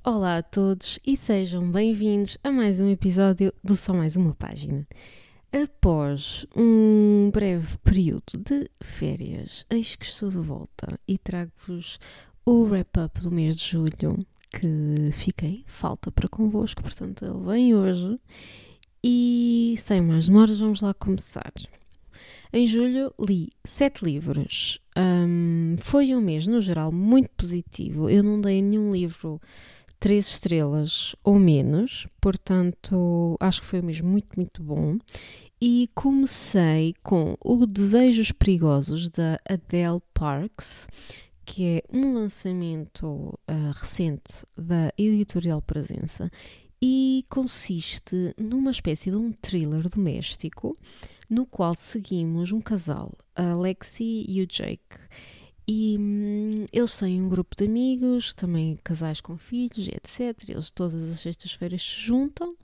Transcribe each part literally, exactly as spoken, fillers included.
Olá a todos e sejam bem-vindos a mais um episódio do Só Mais Uma Página. Após um breve período de férias, eis que estou de volta e trago-vos o wrap-up do mês de julho, que fiquei falta para convosco, portanto ele vem hoje. E sem mais demoras, vamos lá começar. Em julho li sete livros. Um, foi um mês, no geral, muito positivo. Eu não dei nenhum livro três estrelas ou menos, portanto acho que foi um mês muito, muito bom. E comecei com O Desejos Perigosos, da Adele Parks, que é um lançamento uh, recente da Editorial Presença e consiste numa espécie de um thriller doméstico no qual seguimos um casal, a Lexi e o Jake. E hum, eles têm um grupo de amigos, também casais com filhos, etcétera. Eles todas as sextas-feiras se juntam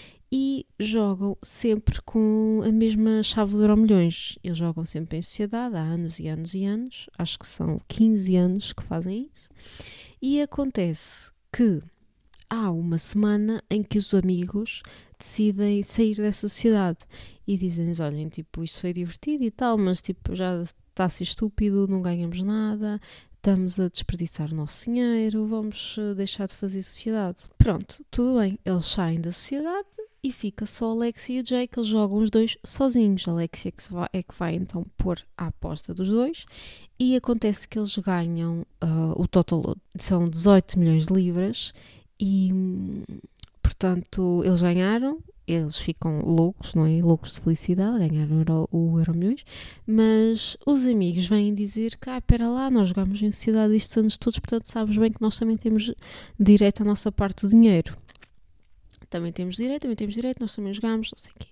e jogam sempre com a mesma chave de Euromilhões. Eles jogam sempre em sociedade há anos e anos e anos. Acho que são quinze anos que fazem isso. E acontece que há uma semana em que os amigos decidem sair dessa sociedade e dizem-lhes, olhem, tipo, isto foi divertido e tal, mas tipo, já está a ser estúpido, não ganhamos nada, estamos a desperdiçar o nosso dinheiro, vamos deixar de fazer sociedade. Pronto, tudo bem, eles saem da sociedade e fica só a Alexia e o Jake, eles jogam os dois sozinhos. A Alexia é que, vai, é que vai então pôr a aposta dos dois e acontece que eles ganham uh, o total load. São dezoito milhões de libras e, portanto, eles ganharam. Eles ficam loucos, não é? Loucos de felicidade, ganharam o Euromilhões, mas os amigos vêm dizer que, ah, espera lá, nós jogámos em sociedade estes anos todos, portanto sabes bem que nós também temos direito à nossa parte do dinheiro. Também temos direito, também temos direito, nós também jogámos, não sei o quê.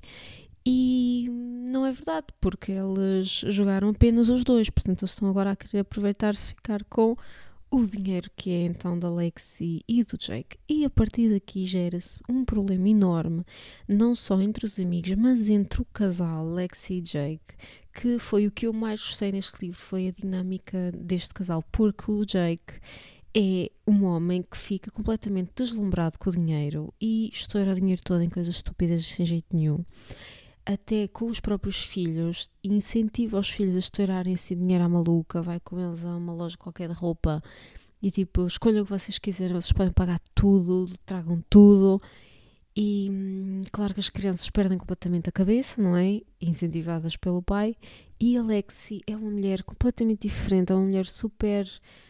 E não é verdade, porque eles jogaram apenas os dois, portanto eles estão agora a querer aproveitar-se, ficar com o dinheiro que é então da Lexi e do Jake. E a partir daqui gera-se um problema enorme, não só entre os amigos, mas entre o casal Lexi e Jake, que foi o que eu mais gostei neste livro, foi a dinâmica deste casal, porque o Jake é um homem que fica completamente deslumbrado com o dinheiro e estoura o dinheiro todo em coisas estúpidas sem jeito nenhum. Até com os próprios filhos, incentiva os filhos a estourarem esse dinheiro à maluca, vai com eles a uma loja qualquer de roupa e tipo, escolham o que vocês quiserem, vocês podem pagar tudo, tragam tudo. E claro que as crianças perdem completamente a cabeça, não é? Incentivadas pelo pai. E a Lexi é uma mulher completamente diferente, é uma mulher super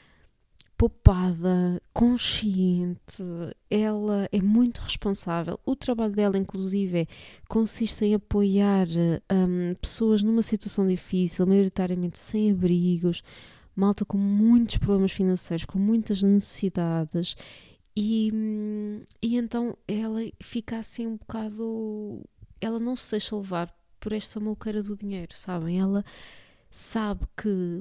poupada, consciente, ela é muito responsável. O trabalho dela, inclusive, consiste em apoiar um, pessoas numa situação difícil, maioritariamente sem abrigos, malta com muitos problemas financeiros, com muitas necessidades, e, e então ela fica assim um bocado... Ela não se deixa levar por esta maluqueira do dinheiro, sabem? Ela sabe que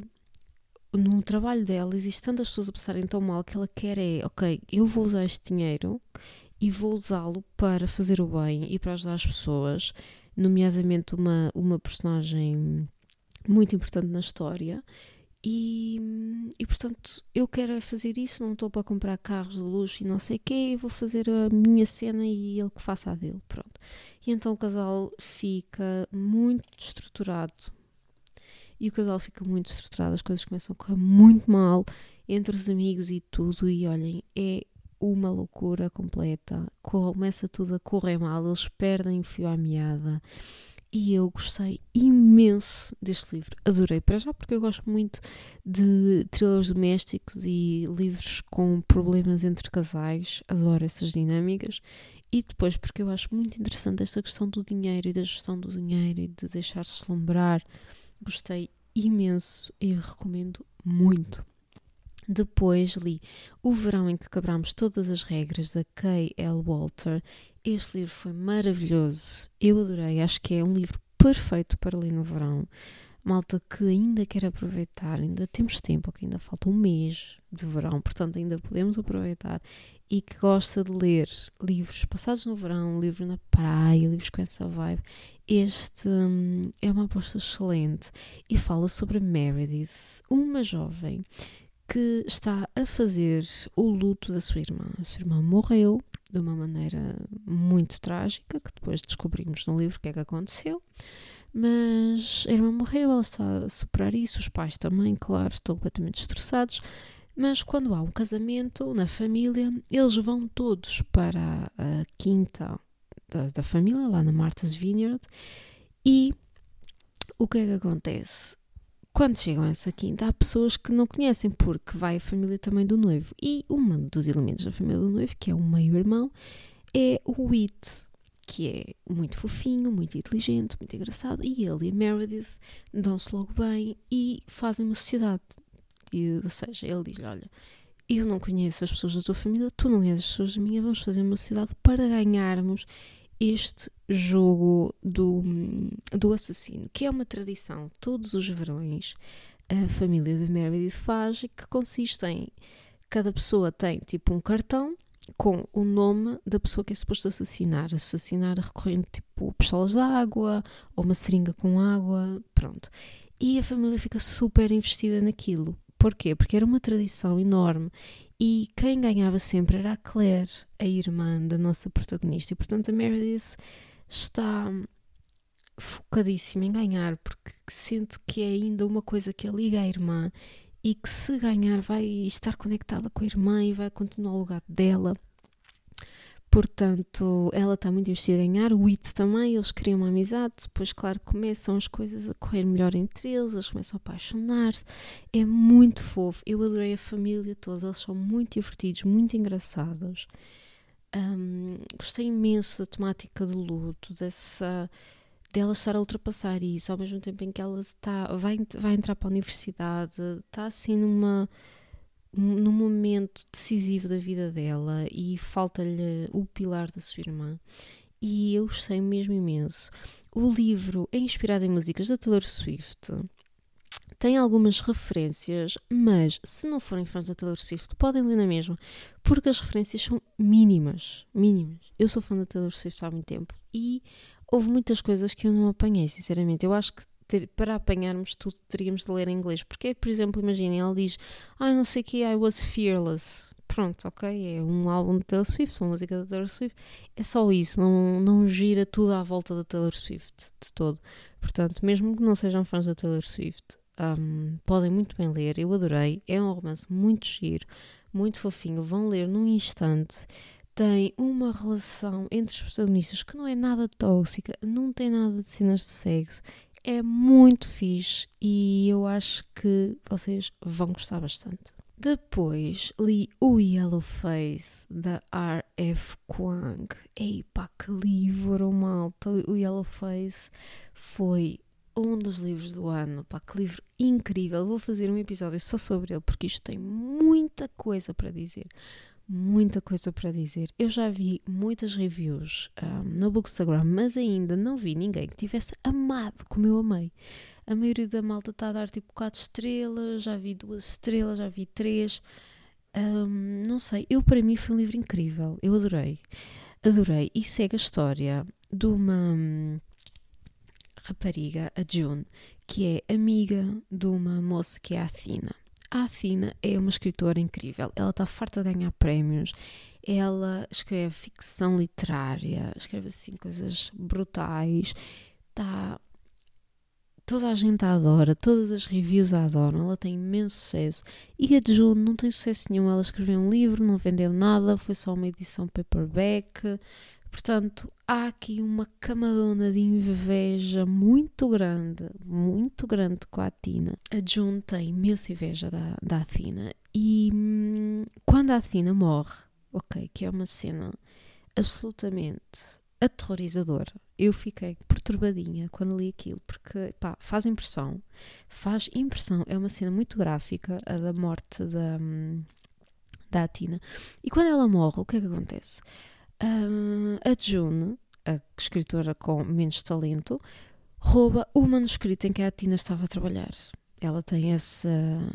no trabalho dela existem tantas pessoas a passarem tão mal que ela quer é, ok, eu vou usar este dinheiro e vou usá-lo para fazer o bem e para ajudar as pessoas, nomeadamente uma, uma personagem muito importante na história. E, e portanto eu quero é fazer isso, não estou para comprar carros de luxo e não sei o quê, eu vou fazer a minha cena e ele que faça a dele, pronto. E então o casal fica muito estruturado. E o casal fica muito estruturado, as coisas começam a correr muito mal entre os amigos e tudo. E olhem, é uma loucura completa. Começa tudo a correr mal, eles perdem o fio à meada. E eu gostei imenso deste livro. Adorei, para já, porque eu gosto muito de thrillers domésticos e livros com problemas entre casais. Adoro essas dinâmicas. E depois, porque eu acho muito interessante esta questão do dinheiro e da gestão do dinheiro e de deixar-se deslumbrar. Gostei imenso e recomendo muito. Depois li O Verão em que Quebramos Todas as Regras, da Kay L. Walter. Este livro foi maravilhoso. Eu adorei. Acho que é um livro perfeito para ler no verão. Malta que ainda quer aproveitar, ainda temos tempo, que ainda falta um mês de verão, portanto ainda podemos aproveitar, e que gosta de ler livros passados no verão, livros na praia, livros com essa vibe. Este hum, é uma aposta excelente e fala sobre a Meredith, uma jovem que está a fazer o luto da sua irmã. A sua irmã morreu de uma maneira muito trágica, que depois descobrimos no livro o que é que aconteceu, mas a irmã morreu, ela está a superar isso, os pais também, claro, estão completamente destroçados, mas quando há um casamento na família, eles vão todos para a, a quinta da, da família, lá na Martha's Vineyard, e o que é que acontece? Quando chegam a essa quinta, há pessoas que não conhecem, porque vai a família também do noivo. E um dos elementos da família do noivo, que é um meio-irmão, é o Whit, que é muito fofinho, muito inteligente, muito engraçado. E ele e a Meredith dão-se logo bem e fazem uma sociedade. E, ou seja, ele diz, olha, eu não conheço as pessoas da tua família, tu não conheces as pessoas da minha, vamos fazer uma sociedade para ganharmos este jogo do, do assassino, que é uma tradição. Todos os verões a família da Meredith faz, e que consiste em, cada pessoa tem tipo um cartão com o nome da pessoa que é suposto assassinar. Assassinar recorrendo tipo pistolas de água ou uma seringa com água, pronto. E a família fica super investida naquilo. Porquê? Porque era uma tradição enorme e quem ganhava sempre era a Claire, a irmã da nossa protagonista. E, portanto, a Meredith está focadíssima em ganhar, porque sente que é ainda uma coisa que a liga à irmã e que, se ganhar, vai estar conectada com a irmã e vai continuar ao lugar dela. Portanto, ela está muito investida em ganhar, o Whit também, eles criam uma amizade, depois, claro, começam as coisas a correr melhor entre eles, eles começam a apaixonar-se, é muito fofo, eu adorei a família toda, eles são muito divertidos, muito engraçados, um, gostei imenso da temática do luto, dessa, dela estar a ultrapassar isso, ao mesmo tempo em que ela está, vai, vai entrar para a universidade, está assim numa... num momento decisivo da vida dela e falta-lhe o pilar da sua irmã, e eu gostei mesmo imenso. O livro é inspirado em músicas da Taylor Swift, tem algumas referências, mas se não forem fãs da Taylor Swift podem ler na mesma, porque as referências são mínimas, mínimas. Eu sou fã da Taylor Swift há muito tempo e houve muitas coisas que eu não apanhei, sinceramente. Eu acho que Ter, para apanharmos tudo teríamos de ler em inglês, porque, por exemplo, imaginem, ela diz, ah, não sei o que, I was fearless, pronto, ok, é um álbum de Taylor Swift, uma música da Taylor Swift, é só isso, não, não gira tudo à volta da Taylor Swift, de todo. Portanto, mesmo que não sejam fãs da Taylor Swift, um, podem muito bem ler, eu adorei, é um romance muito giro, muito fofinho, vão ler num instante. Tem uma relação entre os protagonistas que não é nada tóxica, não tem nada de cenas de sexo, é muito fixe e eu acho que vocês vão gostar bastante. Depois li o Yellowface da R F Kuang. Ei pá, que livro, malta! O Yellowface foi um dos livros do ano, pá, que livro incrível. Vou fazer um episódio só sobre ele, porque isto tem muita coisa para dizer. Muita coisa para dizer. Eu já vi muitas reviews um, no Bookstagram, mas ainda não vi ninguém que tivesse amado como eu amei. A maioria da malta está a dar tipo quatro estrelas, já vi duas estrelas, já vi três. Um, não sei, eu para mim foi um livro incrível. Eu adorei. Adorei. E segue a história de uma hum, rapariga, a June, que é amiga de uma moça que é a Athena. A Athena é uma escritora incrível, ela está farta de ganhar prémios, ela escreve ficção literária, escreve assim coisas brutais, está... toda a gente a adora, todas as reviews a adoram, ela tem imenso sucesso. E a June não tem sucesso nenhum, ela escreveu um livro, não vendeu nada, foi só uma edição paperback. Portanto, há aqui uma camadona de inveja muito grande, muito grande com a Athena. A June tem imensa inveja da, da Athena e hum, quando a Athena morre, ok, que é uma cena absolutamente aterrorizadora, eu fiquei perturbadinha quando li aquilo, porque pá, faz impressão, faz impressão, é uma cena muito gráfica, a da morte da, hum, da Athena. E quando ela morre, o que é que acontece? Uh, a June, a escritora com menos talento, rouba o manuscrito em que a Athena estava a trabalhar. Ela tem essa,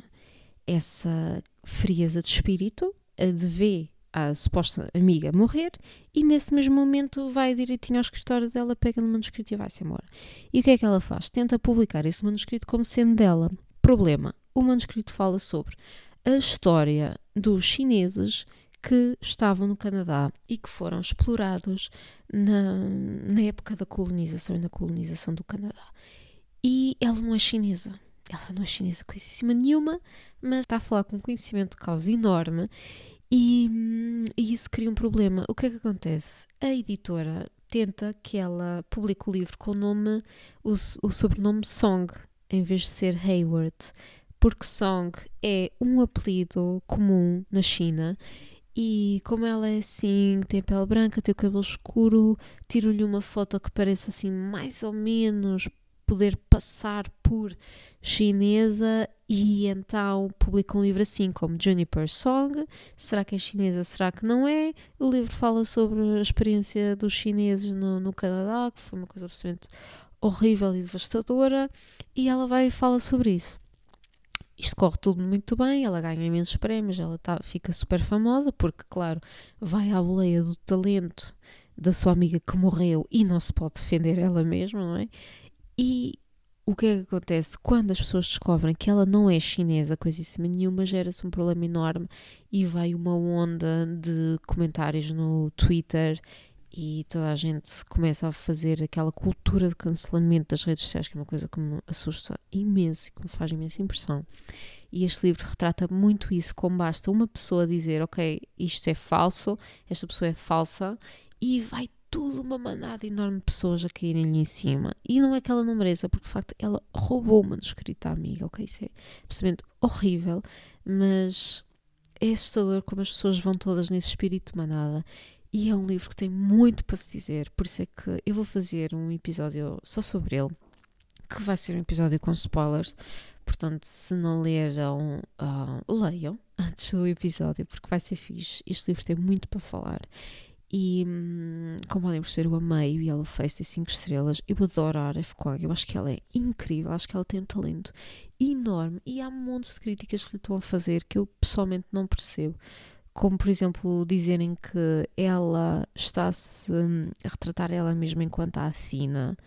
essa frieza de espírito de ver a suposta amiga morrer e nesse mesmo momento vai direitinho ao escritório dela, pega no manuscrito e vai-se embora. E o que é que ela faz? Tenta publicar esse manuscrito como sendo dela. Problema, o manuscrito fala sobre a história dos chineses que estavam no Canadá e que foram explorados na, na época da colonização e na colonização do Canadá. E ela não é chinesa. Ela não é chinesa coisíssima nenhuma, mas está a falar com um conhecimento de causa enorme e, e isso cria um problema. O que é que acontece? A editora tenta que ela publique o livro com o nome, o, o sobrenome Song, em vez de ser Hayward, porque Song é um apelido comum na China e como ela é assim, tem a pele branca, tem o cabelo escuro, tiro-lhe uma foto que parece assim mais ou menos poder passar por chinesa e então publica um livro assim como Juniper Song. Será que é chinesa? Será que não é? O livro fala sobre a experiência dos chineses no, no Canadá, que foi uma coisa absolutamente horrível e devastadora, e ela vai e fala sobre isso. Isto corre tudo muito bem, ela ganha imensos prémios, ela tá, fica super famosa, porque, claro, vai à boleia do talento da sua amiga que morreu e não se pode defender ela mesma, não é? E o que é que acontece? Quando as pessoas descobrem que ela não é chinesa, coisíssima nenhuma, gera-se um problema enorme e vai uma onda de comentários no Twitter e toda a gente começa a fazer aquela cultura de cancelamento das redes sociais, que é uma coisa que me assusta imenso e que me faz imensa impressão. E este livro retrata muito isso, como basta uma pessoa dizer, ok, isto é falso, esta pessoa é falsa, e vai tudo uma manada enorme de pessoas a caírem-lhe em cima. E não é que ela não mereça, porque de facto ela roubou o manuscrito à amiga, ok? Isso é absolutamente horrível, mas é assustador como as pessoas vão todas nesse espírito de manada. E é um livro que tem muito para se dizer, por isso é que eu vou fazer um episódio só sobre ele, que vai ser um episódio com spoilers, portanto, se não leram, uh, leiam antes do episódio, porque vai ser fixe. Este livro tem muito para falar. E, hum, como podem perceber, eu amei o Yellow Face, tem cinco estrelas. Eu adoro a Aref Kwang, eu acho que ela é incrível, acho que ela tem um talento enorme e há montes de críticas que lhe estão a fazer que eu pessoalmente não percebo. Como, por exemplo, dizerem que ela está-se hum, a retratar ela mesma enquanto a Athena.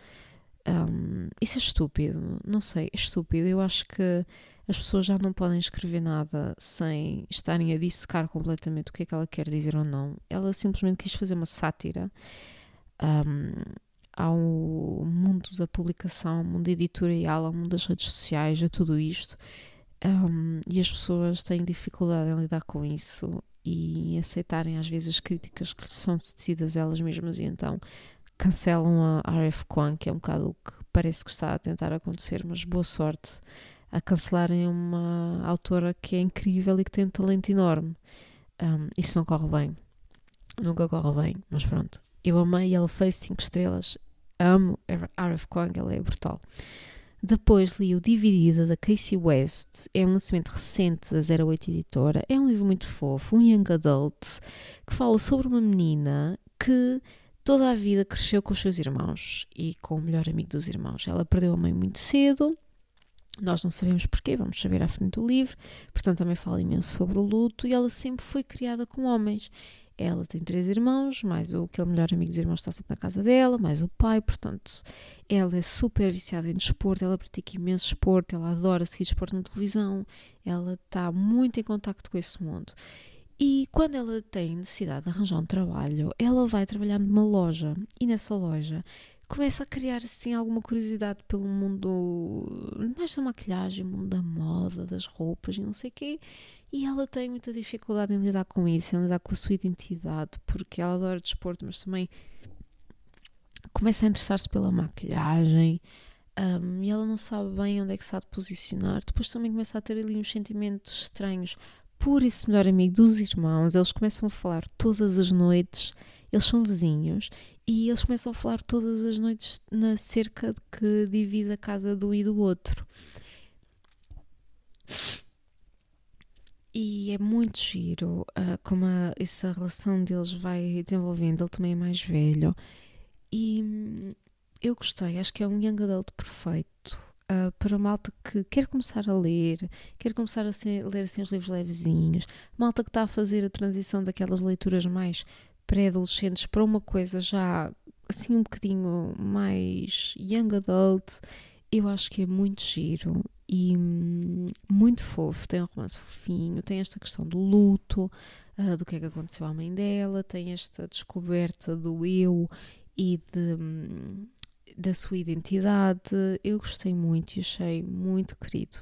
Um, isso é estúpido, não sei, é estúpido. Eu acho que as pessoas já não podem escrever nada sem estarem a dissecar completamente o que é que ela quer dizer ou não. Ela simplesmente quis fazer uma sátira um, ao mundo da publicação, ao mundo editorial, ao mundo das redes sociais, a tudo isto. Um, e as pessoas têm dificuldade em lidar com isso e aceitarem às vezes as críticas que são tecidas elas mesmas e então cancelam a Aref Kwang, que é um bocado o que parece que está a tentar acontecer, mas boa sorte a cancelarem uma autora que é incrível e que tem um talento enorme. Um, isso não corre bem. Nunca corre bem, mas pronto. Eu amei, ela fez cinco estrelas. Amo a Aref Kwang, ela é brutal. Depois li o Dividida, da Casey West. É um lançamento recente da zero oito Editora. É um livro muito fofo, um young adult, que fala sobre uma menina que toda a vida cresceu com os seus irmãos e com o melhor amigo dos irmãos. Ela perdeu a mãe muito cedo. Nós não sabemos porquê, vamos saber à frente do livro. Portanto, também fala imenso sobre o luto. E ela sempre foi criada com homens. Ela tem três irmãos, mais o aquele melhor amigo dos irmãos está sempre na casa dela, mais o pai. Portanto, ela é super viciada em desporto. Ela pratica imenso desporto. Ela adora seguir desporto na televisão. Ela está muito em contacto com esse mundo. E quando ela tem necessidade de arranjar um trabalho, ela vai trabalhar numa loja. E nessa loja começa a criar assim alguma curiosidade pelo mundo mais da maquilhagem, mundo da moda, das roupas e não sei o quê. E ela tem muita dificuldade em lidar com isso, em lidar com a sua identidade, porque ela adora desporto, mas também começa a interessar-se pela maquilhagem. Um, e ela não sabe bem onde é que se há de posicionar. Depois também começa a ter ali uns sentimentos estranhos por esse melhor amigo dos irmãos. Eles começam a falar todas as noites, eles são vizinhos, e eles começam a falar todas as noites na cerca de que divide a casa de um e do outro. E é muito giro uh, como a, essa relação deles vai desenvolvendo. Ele também é mais velho. E hum, eu gostei, acho que é um young adult perfeito. Uh, para malta que quer começar a ler, quer começar a ser, ler assim os livros levezinhos, malta que está a fazer a transição daquelas leituras mais pré-adolescentes para uma coisa já assim um bocadinho mais young adult, eu acho que é muito giro e hum, muito fofo, tem um romance fofinho, tem esta questão do luto, uh, do que é que aconteceu à mãe dela, tem esta descoberta do eu e de, hum, da sua identidade. Eu gostei muito e achei muito querido.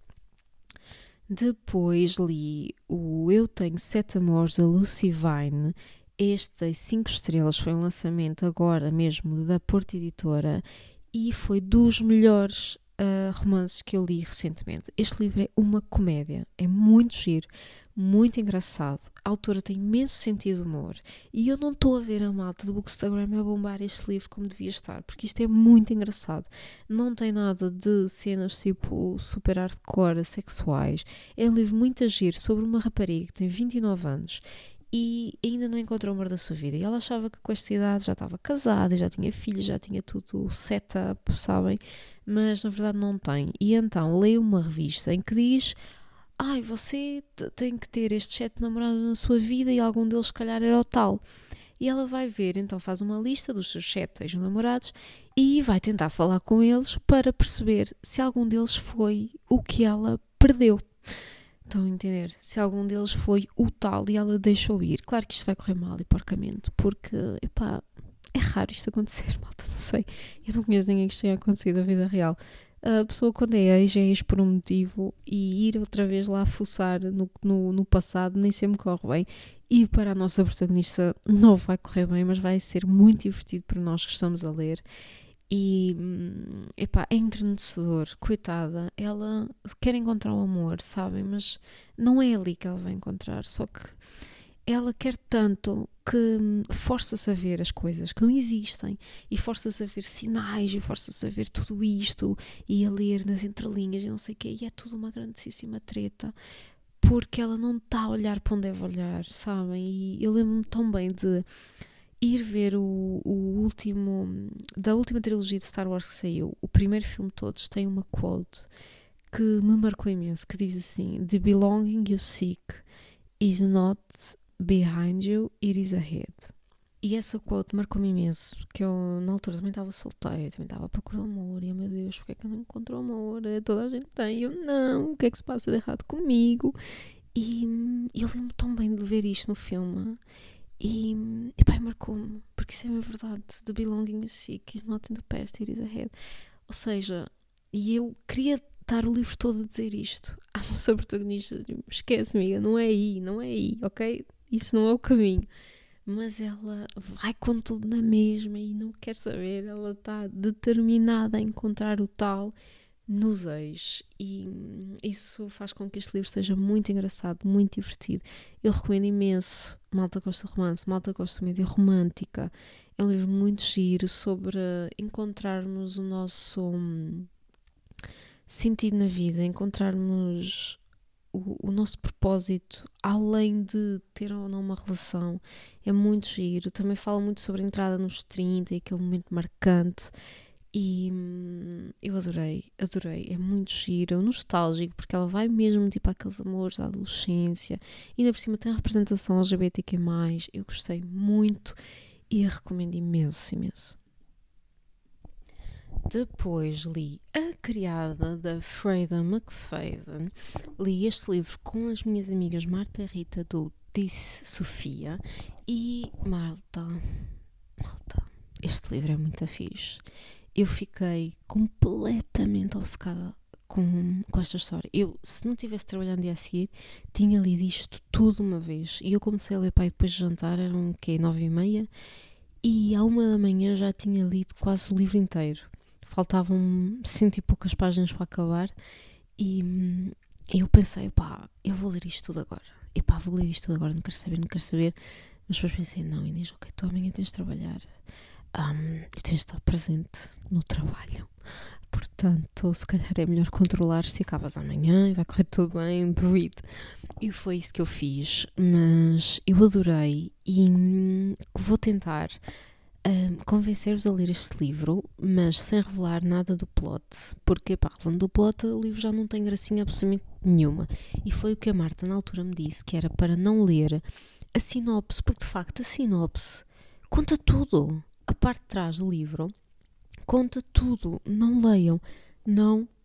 Depois li o Eu Tenho Sete Amores, da Lucy Vine. Este dei cinco estrelas, foi um lançamento agora mesmo da Porta Editora e foi dos melhores uh, romances que eu li recentemente. Este livro é uma comédia, é muito giro, muito engraçado. A autora tem imenso sentido de humor e eu não estou a ver a malta do Bookstagram a bombar este livro como devia estar, porque isto é muito engraçado. Não tem nada de cenas tipo super hardcore, sexuais. É um livro muito a giro sobre uma rapariga que tem vinte e nove anos e ainda não encontrou o amor da sua vida. E ela achava que com esta idade já estava casada, já tinha filhos, já tinha tudo set up, sabem? Mas na verdade não tem. E então leio uma revista em que diz: ai, você t- tem que ter estes sete namorados na sua vida e algum deles se calhar era o tal. E ela vai ver, então faz uma lista dos seus sete ex-namorados e vai tentar falar com eles para perceber se algum deles foi o que ela perdeu. Estão a entender? Se algum deles foi o tal e ela deixou ir. Claro que isto vai correr mal e porcamente, porque, epá, é raro isto acontecer, malta, não sei. Eu não conheço ninguém que isto tenha acontecido na vida real. A pessoa quando é ex, é ex por um motivo e ir outra vez lá fuçar no, no, no passado nem sempre corre bem. E para a nossa protagonista não vai correr bem, mas vai ser muito divertido para nós que estamos a ler. E, epá, é entrenecedor, coitada, ela quer encontrar o amor, sabem, mas não é ali que ela vai encontrar, só que ela quer tanto que força-se a ver as coisas que não existem e força-se a ver sinais e força-se a ver tudo isto e a ler nas entrelinhas e não sei o quê, e é tudo uma grandíssima treta porque ela não está a olhar para onde deve olhar, sabem, e eu lembro-me tão bem de ir ver o, o último, da última trilogia de Star Wars que saiu, o primeiro filme de todos, tem uma quote que me marcou imenso, que diz assim: The belonging you seek is not behind you, it is ahead. E essa quote marcou-me imenso, que eu na altura também estava solteira, também estava a procurar amor, e oh meu Deus, porque é que eu não encontro amor? Toda a gente tem, e eu não, o que é que se passa de errado comigo? E eu lembro tão bem de ver isto no filme. E, e pai, marcou-me, porque isso é a verdade. The belonging you seek is not in the past, it is ahead. Ou seja, e eu queria estar o livro todo a dizer isto à nossa protagonista: esquece, amiga, não é aí, não é aí, ok? Isso não é o caminho. Mas ela vai com tudo na mesma e não quer saber, ela está determinada a encontrar o tal nos ex, e isso faz com que este livro seja muito engraçado, muito divertido. Eu recomendo imenso. Malta gosta de romance, malta gosta de comédia romântica. É um livro muito giro sobre encontrarmos o nosso hum, sentido na vida, encontrarmos o, o nosso propósito além de ter ou não uma relação. É muito giro. Também fala muito sobre a entrada nos trinta e aquele momento marcante. E hum, eu adorei, adorei, é muito giro, é nostálgico, porque ela vai mesmo tipo àqueles amores da adolescência, e ainda por cima tem a representação L G B T Q mais, eu gostei muito e a recomendo imenso, imenso. Depois li A Criada, da Freida McFadden. Li este livro com as minhas amigas Marta e Rita do Disse Sofia. E Marta, Marta, este livro é muito fixe. Eu fiquei completamente obcecada com, com esta história. Eu, se não tivesse trabalhado no dia a seguir, tinha lido isto tudo uma vez. E eu comecei a ler, pai, depois de jantar, eram o quê? Nove e meia? E à uma da manhã já tinha lido quase o livro inteiro. Faltavam cento e poucas páginas para acabar. E hum, eu pensei, pá, eu vou ler isto tudo agora. E pá, vou ler isto tudo agora, não quero saber, não quero saber. Mas depois pensei, não, Inês, ok, tu amanhã tens de trabalhar. Um, e tens de estar presente no trabalho, portanto se calhar é melhor controlar se acabas amanhã e vai correr tudo bem, breathe. E foi isso que eu fiz, mas eu adorei e hum, vou tentar hum, convencer-vos a ler este livro, mas sem revelar nada do plot, porque pá, falando do plot, o livro já não tem gracinha absolutamente nenhuma, e foi o que a Marta na altura me disse, que era para não ler a sinopse, porque de facto a sinopse conta tudo. A parte de trás do livro conta tudo. Não leiam. Não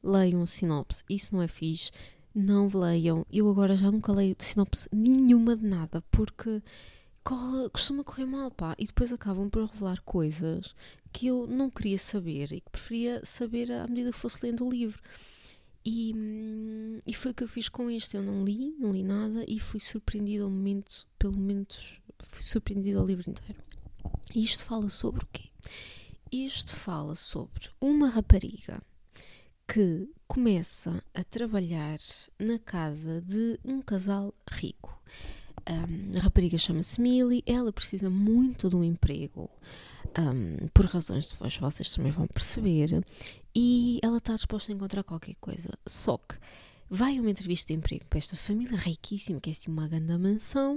leiam a sinopse. Isso não é fixe. Não leiam. Eu agora já nunca leio de sinopse nenhuma de nada, porque corre, costuma correr mal, pá. E depois acabam por revelar coisas que eu não queria saber e que preferia saber à medida que fosse lendo o livro. E, e foi o que eu fiz com este. Eu não li, não li nada e fui surpreendida ao momento, pelo menos, fui surpreendida ao livro inteiro. E isto fala sobre o quê? Isto fala sobre uma rapariga que começa a trabalhar na casa de um casal rico. Um, a rapariga chama-se Millie, ela precisa muito de um emprego, um, por razões de depois vocês também vão perceber, e ela está disposta a encontrar qualquer coisa. Só que vai a uma entrevista de emprego para esta família riquíssima, que é assim uma grande mansão,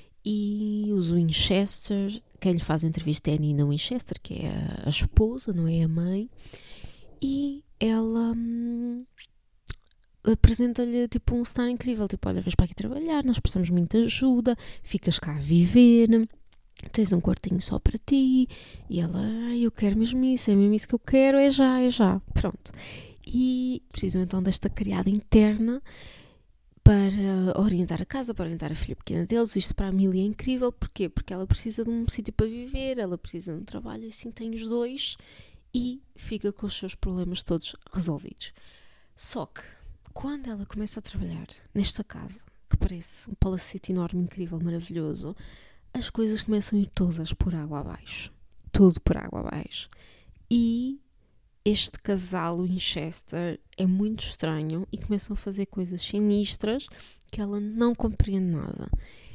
e os Winchester, quem lhe faz a entrevista é a Nina Winchester, que é a, a esposa, não é a mãe, e ela hum, apresenta-lhe tipo um cenário incrível, tipo, olha, vens para aqui trabalhar, nós precisamos muito de ajuda, ficas cá a viver, tens um quartinho só para ti. E ela, ah, eu quero mesmo isso, é mesmo isso que eu quero, é já, é já, pronto. E precisam então desta criada interna para orientar a casa, para orientar a filha pequena deles. Isto para a Millie é incrível, porquê? Porque ela precisa de um sítio para viver, ela precisa de um trabalho, assim tem os dois e fica com os seus problemas todos resolvidos. Só que quando ela começa a trabalhar nesta casa, que parece um palacete enorme, incrível, maravilhoso, as coisas começam a ir todas por água abaixo. Tudo por água abaixo. E este casal Winchester é muito estranho e começam a fazer coisas sinistras que ela não compreende nada.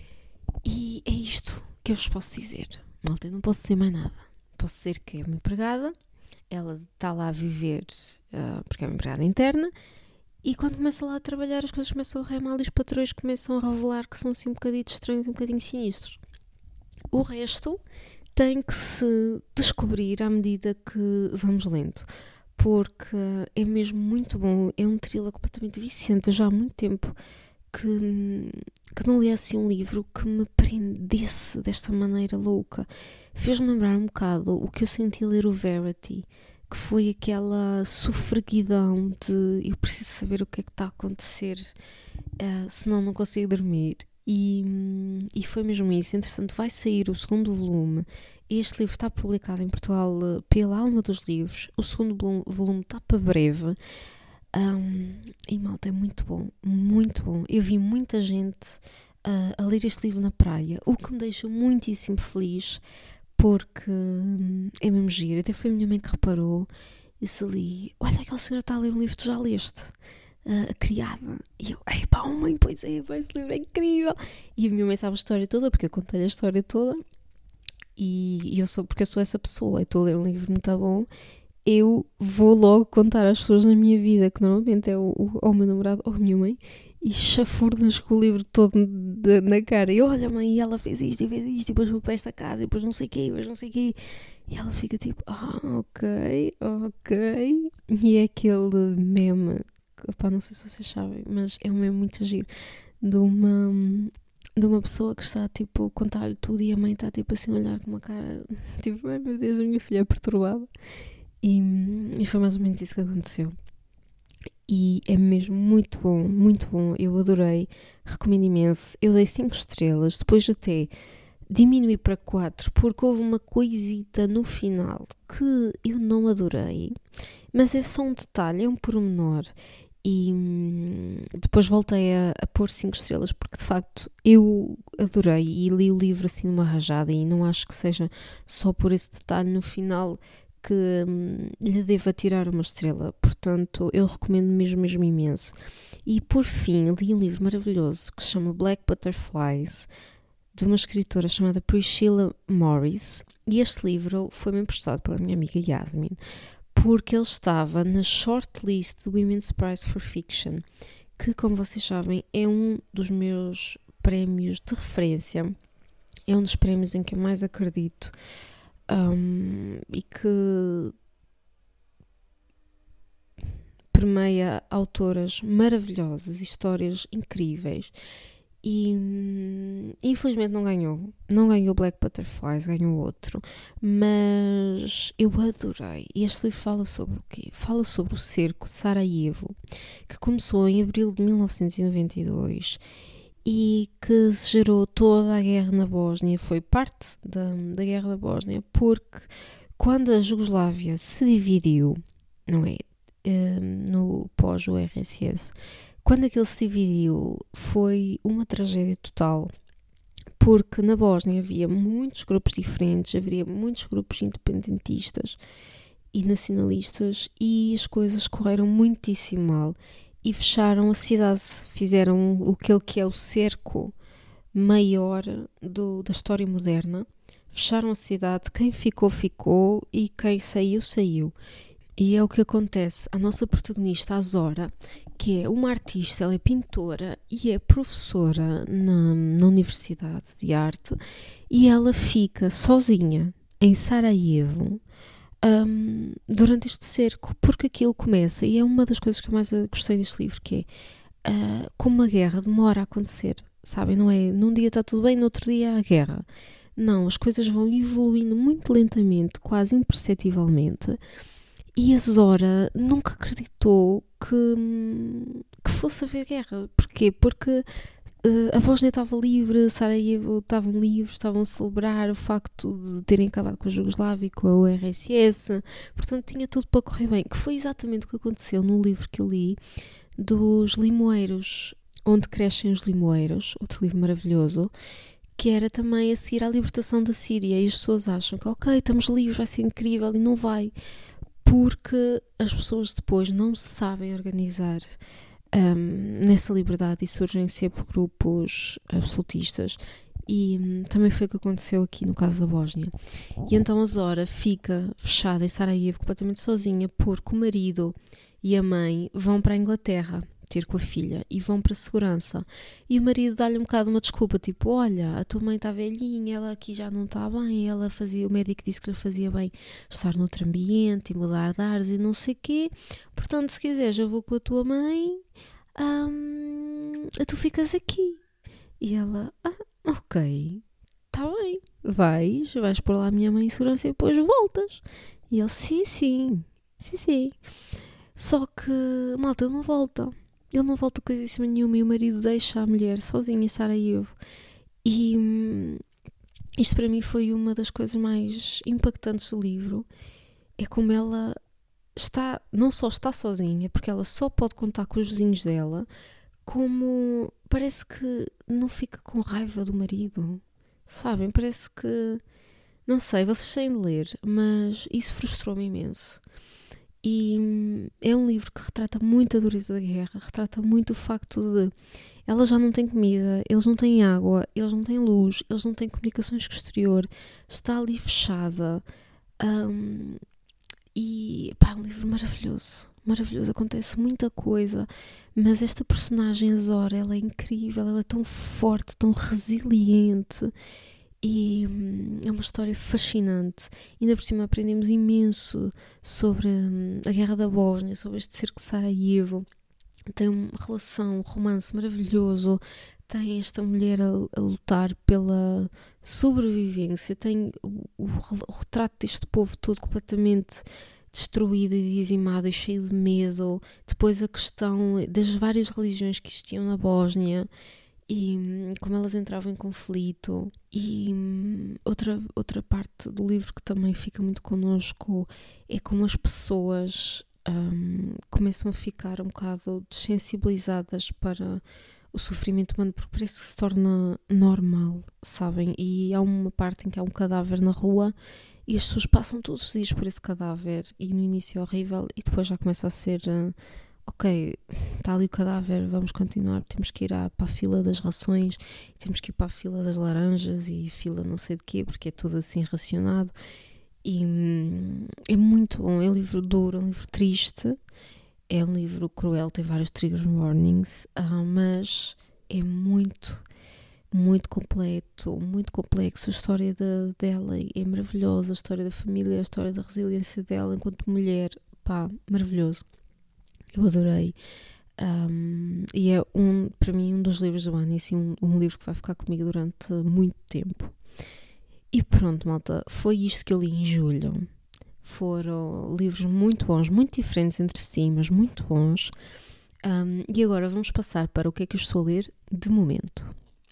E é isto que eu vos posso dizer. Malta, eu não posso dizer mais nada. Posso dizer que é uma empregada, ela está lá a viver uh, porque é uma empregada interna, e quando começa lá a trabalhar as coisas começam a correr mal e os patrões começam a revelar que são assim um bocadinho estranhos, um bocadinho sinistros. O resto tem que se descobrir à medida que vamos lendo, porque é mesmo muito bom, é um thriller completamente viciante. Eu já há muito tempo que, que não li assim um livro que me prendesse desta maneira louca. Fez-me lembrar um bocado o que eu senti ler o Verity, que foi aquela sofreguidão de eu preciso saber o que é que está a acontecer, uh, senão não consigo dormir. E, e foi mesmo isso. Entretanto, vai sair o segundo volume. Este livro está publicado em Portugal pela Alma dos Livros. O segundo volume está para breve. Um, e malta, é muito bom, muito bom. Eu vi muita gente uh, a ler este livro na praia, o que me deixa muitíssimo feliz, porque hum, é mesmo giro. Até foi a minha mãe que reparou e se ali, olha, aquela senhora está a ler um livro, tu já leste? Uh, a criada. E eu, ei pá, mãe, pois é, pá, esse livro é incrível. E a minha mãe sabe a história toda, porque eu contei-lhe a história toda. E, e eu sou, porque eu sou essa pessoa, eu estou a ler um livro muito bom, eu vou logo contar às pessoas na minha vida, que normalmente é o, o, ou o meu namorado ou a minha mãe, e chafurdo-lhes com o livro todo de, na cara. E olha, mãe, ela fez isto e fez isto, e depois vou para esta casa, e depois não sei o quê, e depois não sei o quê. E ela fica tipo, ah, ok, ok. E é aquele meme, opá, não sei se vocês sabem, mas é um meme muito giro, de uma, de uma pessoa que está tipo a contar-lhe tudo e a mãe está tipo assim a olhar com uma cara tipo, ai meu Deus, a minha filha é perturbada. E, e foi mais ou menos isso que aconteceu. E é mesmo muito bom, muito bom. Eu adorei, recomendo imenso. Eu dei cinco estrelas, depois até diminuí para quatro, porque houve uma coisita no final que eu não adorei, mas é só um detalhe, é um pormenor. E hum, depois voltei a, a pôr cinco estrelas, porque de facto eu adorei e li o livro assim numa rajada, e não acho que seja só por esse detalhe no final que hum, lhe deva tirar uma estrela. Portanto, eu recomendo mesmo, mesmo imenso. E por fim, li um livro maravilhoso que se chama Black Butterflies, de uma escritora chamada Priscilla Morris, e este livro foi-me emprestado pela minha amiga Yasmin, porque ele estava na shortlist do Women's Prize for Fiction, que, como vocês sabem, é um dos meus prémios de referência, é um dos prémios em que eu mais acredito, um, e que permeia autoras maravilhosas, histórias incríveis. E hum, infelizmente não ganhou. Não ganhou Black Butterflies, ganhou outro. Mas eu adorei. E este livro fala sobre o quê? Fala sobre o cerco de Sarajevo, que começou em abril de mil novecentos e noventa e dois e que se gerou toda a guerra na Bósnia. Foi parte da, da guerra da Bósnia, porque quando a Jugoslávia se dividiu, não é? Um, no pós-U R S S, quando aquilo se dividiu, foi uma tragédia total, porque na Bósnia havia muitos grupos diferentes, havia muitos grupos independentistas e nacionalistas, e as coisas correram muitíssimo mal e fecharam a cidade, fizeram aquele que é o cerco maior do, da história moderna, fecharam a cidade, quem ficou, ficou, e quem saiu, saiu. E é o que acontece. A nossa protagonista, a Zora, que é uma artista, ela é pintora e é professora na, na Universidade de Arte, e ela fica sozinha em Sarajevo um, durante este cerco, porque aquilo começa, e é uma das coisas que eu mais gostei deste livro, que é uh, como a guerra demora a acontecer, sabem? Não é num dia está tudo bem, no outro dia há a guerra. Não, as coisas vão evoluindo muito lentamente, quase imperceptivelmente. E a Zora nunca acreditou que, que fosse haver guerra. Porquê? Porque uh, a Bósnia estava livre, Sarajevo estavam livres, estavam a celebrar o facto de terem acabado com a Jugoslávia e com a U R S S. Portanto, tinha tudo para correr bem. Que foi exatamente o que aconteceu no livro que eu li, dos limoeiros, Onde Crescem os Limoeiros, outro livro maravilhoso, que era também a seguir à libertação da Síria. E as pessoas acham que, ok, estamos livres, vai ser incrível, e não vai. Porque as pessoas depois não se sabem organizar um, nessa liberdade e surgem sempre grupos absolutistas. E um, também foi o que aconteceu aqui no caso da Bósnia. E então a Zora fica fechada em Sarajevo, completamente sozinha, porque o marido e a mãe vão para a Inglaterra ter com a filha e vão para a segurança. E o marido dá-lhe um bocado uma desculpa, tipo, olha, a tua mãe está velhinha, ela aqui já não está bem, ela fazia, o médico disse que lhe fazia bem estar noutro ambiente e mudar de ares e não sei o quê, portanto, se quiseres eu vou com a tua mãe, hum, tu ficas aqui. E ela, ah, ok, está bem, vais, vais pôr lá a minha mãe em segurança e depois voltas. E ele, sim, sim, sim, sim. Só que, malta, ele não volta. Ele não volta coisíssima nenhuma, e o marido deixa a mulher sozinha em Sarajevo. E hum, isto para mim foi uma das coisas mais impactantes do livro. É como ela está, não só está sozinha, porque ela só pode contar com os vizinhos dela, como parece que não fica com raiva do marido. Sabem? Parece que, não sei, vocês têm de ler, mas isso frustrou-me imenso. E é um livro que retrata muito a dureza da guerra, retrata muito o facto de ela já não tem comida, eles não têm água, eles não têm luz, eles não têm comunicações com o exterior, está ali fechada. Um, e pá, é um livro maravilhoso, maravilhoso, acontece muita coisa, mas esta personagem, a Zora, ela é incrível, ela é tão forte, tão resiliente. E hum, é uma história fascinante. Ainda por cima aprendemos imenso sobre hum, a Guerra da Bósnia, sobre este cerco de Sarajevo. Tem uma relação, um romance maravilhoso. Tem esta mulher a, a lutar pela sobrevivência. Tem o, o, o retrato deste povo todo completamente destruído e dizimado e cheio de medo. Depois a questão das várias religiões que existiam na Bósnia e como elas entravam em conflito. E hum, outra, outra parte do livro que também fica muito connosco é como as pessoas hum, começam a ficar um bocado desensibilizadas para o sofrimento humano, porque parece que se torna normal, sabem? E há uma parte em que há um cadáver na rua e as pessoas passam todos os dias por esse cadáver, e no início é horrível e depois já começa a ser... Uh, ok, está ali o cadáver, vamos continuar, temos que ir à, para a fila das rações, temos que ir para a fila das laranjas e fila não sei de quê, porque é tudo assim racionado. E hum, é muito bom, é um livro duro, é um livro triste, é um livro cruel, tem vários trigger warnings, uh, mas é muito, muito completo, muito complexo. A história de, dela é maravilhosa, a história da família, a história da resiliência dela enquanto mulher, pá, maravilhoso. Eu adorei. Um, e é, um, para mim, um dos livros do ano, e assim, um, um livro que vai ficar comigo durante muito tempo. E pronto, malta, foi isto que eu li em julho. Foram livros muito bons, muito diferentes entre si, mas muito bons. Um, e agora vamos passar para o que é que eu estou a ler de momento.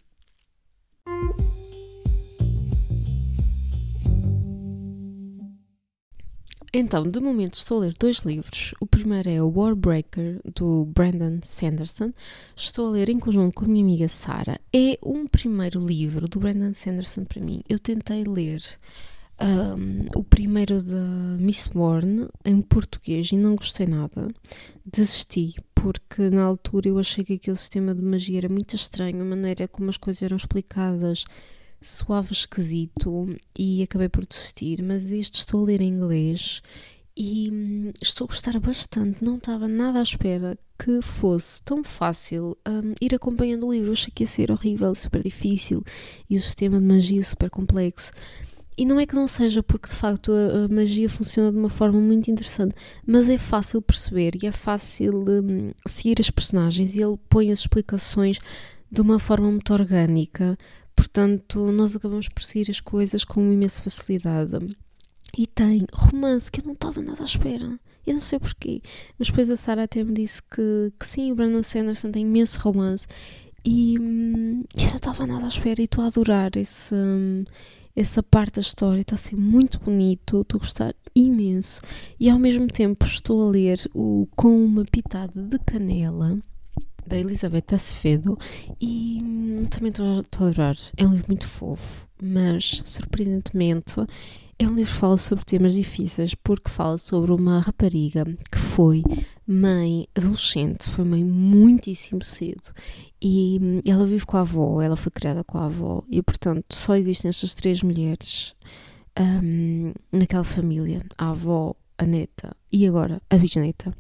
Então, de momento estou a ler dois livros. O primeiro é o Warbreaker, do Brandon Sanderson. Estou a ler em conjunto com a minha amiga Sara. É um primeiro livro do Brandon Sanderson para mim. Eu tentei ler um, o primeiro da Mistborn em português e não gostei nada. Desisti, porque na altura eu achei que aquele sistema de magia era muito estranho, a maneira como as coisas eram explicadas soava esquisito e acabei por desistir, mas este estou a ler em inglês e hum, estou a gostar bastante. Não estava nada à espera que fosse tão fácil um, ir acompanhando o livro. Eu achei que ia ser horrível, super difícil e o sistema de magia super complexo. E não é que não seja, porque de facto a, a magia funciona de uma forma muito interessante, mas é fácil perceber e é fácil um, seguir as personagens, e ele põe as explicações de uma forma muito orgânica. Portanto, nós acabamos por seguir as coisas com imensa facilidade. E tem romance, que eu não estava nada à espera. Eu não sei porquê. Mas depois a Sara até me disse que, que sim, o Brandon Sanderson tem imenso romance. E, hum, eu não estava nada à espera e estou a adorar esse, hum, essa parte da história. Está a ser muito bonito, estou a gostar imenso. E ao mesmo tempo estou a ler o Com uma Pitada de Canela, da Elizabeth Acevedo, e hum, também estou a adorar. É um livro muito fofo, mas surpreendentemente é um livro que fala sobre temas difíceis, porque fala sobre uma rapariga que foi mãe adolescente, foi mãe muitíssimo cedo, e hum, ela vive com a avó, ela foi criada com a avó, e portanto só existem estas três mulheres hum, naquela família: a avó, a neta e agora a bisneta.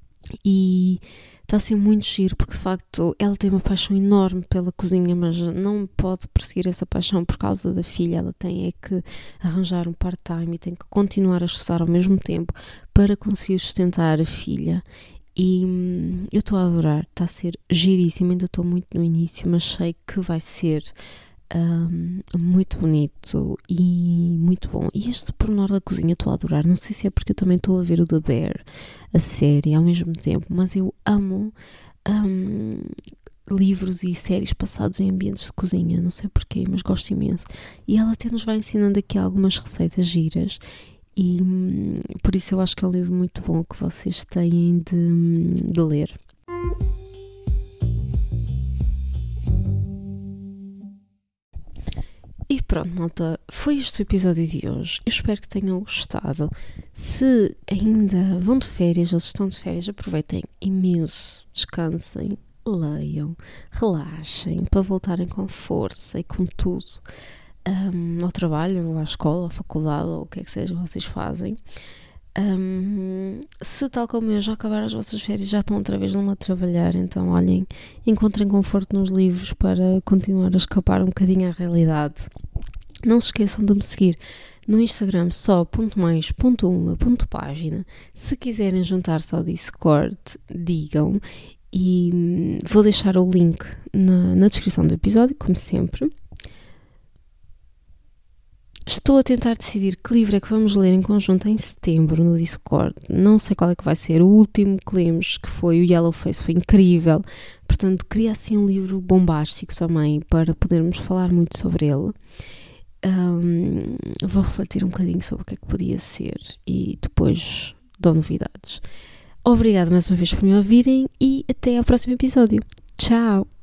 E está a ser muito giro, porque de facto ela tem uma paixão enorme pela cozinha, mas não pode perseguir essa paixão por causa da filha. Ela tem é que arranjar um part-time e tem que continuar a estudar ao mesmo tempo para conseguir sustentar a filha. E hum, eu estou a adorar, está a ser giríssimo. Ainda estou muito no início, mas sei que vai ser Um, muito bonito e muito bom. E este pormenor da cozinha estou a adorar. Não sei se é porque eu também estou a ver o The Bear, a série, ao mesmo tempo, mas eu amo um, livros e séries passados em ambientes de cozinha. Não sei porquê, mas gosto imenso. E ela até nos vai ensinando aqui algumas receitas giras, e um, por isso eu acho que é um livro muito bom que vocês têm de, de ler. E pronto, malta, foi este o episódio de hoje. Eu espero que tenham gostado. Se ainda vão de férias ou se estão de férias, aproveitem imenso, descansem, leiam, relaxem, para voltarem com força e com tudo um, ao trabalho, ou à escola, à faculdade, ou o que é que seja que vocês fazem. Um, se tal como eu já acabaram as vossas férias, já estão outra vez numa a trabalhar, então olhem, encontrem conforto nos livros para continuar a escapar um bocadinho à realidade. Não se esqueçam de me seguir no Instagram só ponto mais ponto uma ponto página. Se quiserem juntar-se ao Discord, digam, e hum, vou deixar o link na, na descrição do episódio, como sempre. Estou a tentar decidir que livro é que vamos ler em conjunto em setembro no Discord. Não sei qual é que vai ser. O último que lemos, que foi o Yellowface, foi incrível. Portanto, queria assim um livro bombástico também para podermos falar muito sobre ele. Um, vou refletir um bocadinho sobre o que é que podia ser e depois dou novidades. Obrigada mais uma vez por me ouvirem e até ao próximo episódio. Tchau!